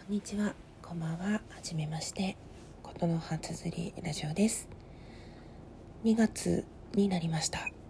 こんにちは、こんばんは、はじめまして。ことの葉綴りラジオです。2月になりました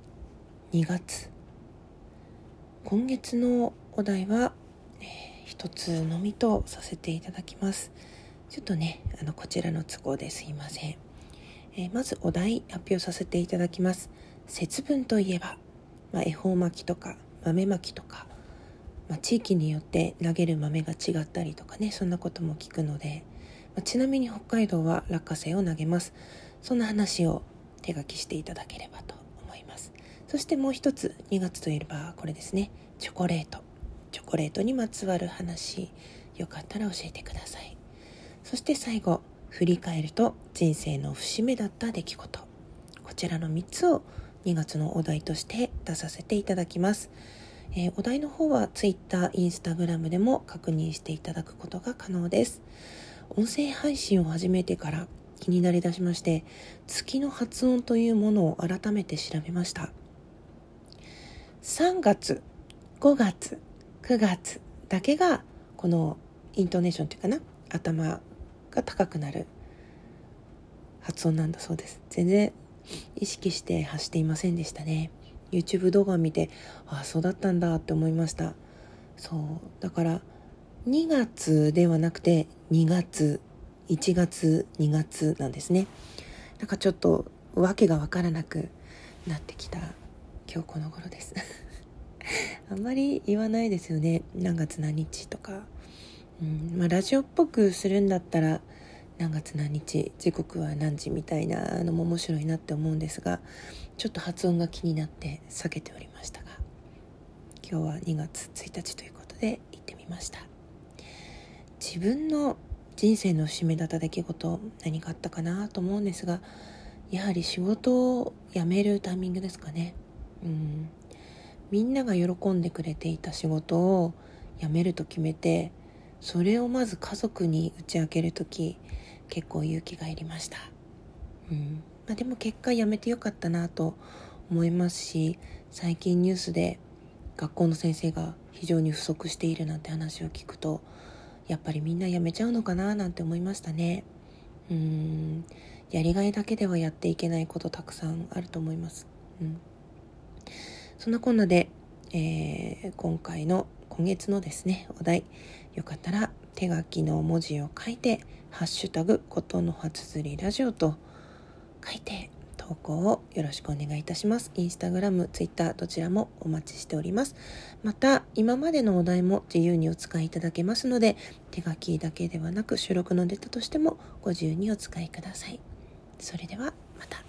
。2月。今月のお題は、一つのみとさせていただきます。ちょっとね、こちらの都合ですいません。まずお題発表させていただきます。節分といえば、恵方巻きとか豆巻きとか、地域によって投げる豆が違ったりとかね、そんなことも聞くので、ちなみに北海道は落花生を投げます。そんな話を手書きしていただければと思います。そしてもう一つ、2月といえばこれですね、チョコレートにまつわる話、よかったら教えてください。そして最後、振り返ると人生の節目だった出来事、こちらの3つを2月のお題として出させていただきます。お題の方は Twitter、Instagram でも確認していただくことが可能です。音声配信を始めてから気になりだしまして、月の発音というものを改めて調べました。3月、5月、9月だけがこのイントネーションというかな、頭が高くなる発音なんだそうです。全然意識して発していませんでしたね。YouTube 動画を見て、そうだったんだって思いました。そうだから2月ではなくて2月、1月、2月なんですね。なんかちょっとわけがわからなくなってきた今日この頃ですあんまり言わないですよね、何月何日とか。ラジオっぽくするんだったら何月何日、時刻は何時みたいなのも面白いなって思うんですが、ちょっと発音が気になって避けておりましたが、今日は2月1日ということで行ってみました。自分の人生の節目だった出来事、何があったかなと思うんですが、やはり仕事を辞めるタイミングですかね。みんなが喜んでくれていた仕事を辞めると決めて、それをまず家族に打ち明けるとき、結構勇気がいりました。でも結果辞めてよかったなと思いますし、最近ニュースで学校の先生が非常に不足しているなんて話を聞くと、やっぱりみんな辞めちゃうのかななんて思いましたね。やりがいだけではやっていけないことたくさんあると思います。そんなこんなで、今月のですねお題、よかったら手書きの文字を書いてハッシュタグことのはつづりラジオと書いて投稿をよろしくお願いいたします。インスタグラム、ツイッターどちらもお待ちしております。また今までのお題も自由にお使いいただけますので、手書きだけではなく収録のデータとしてもご自由にお使いください。それではまた。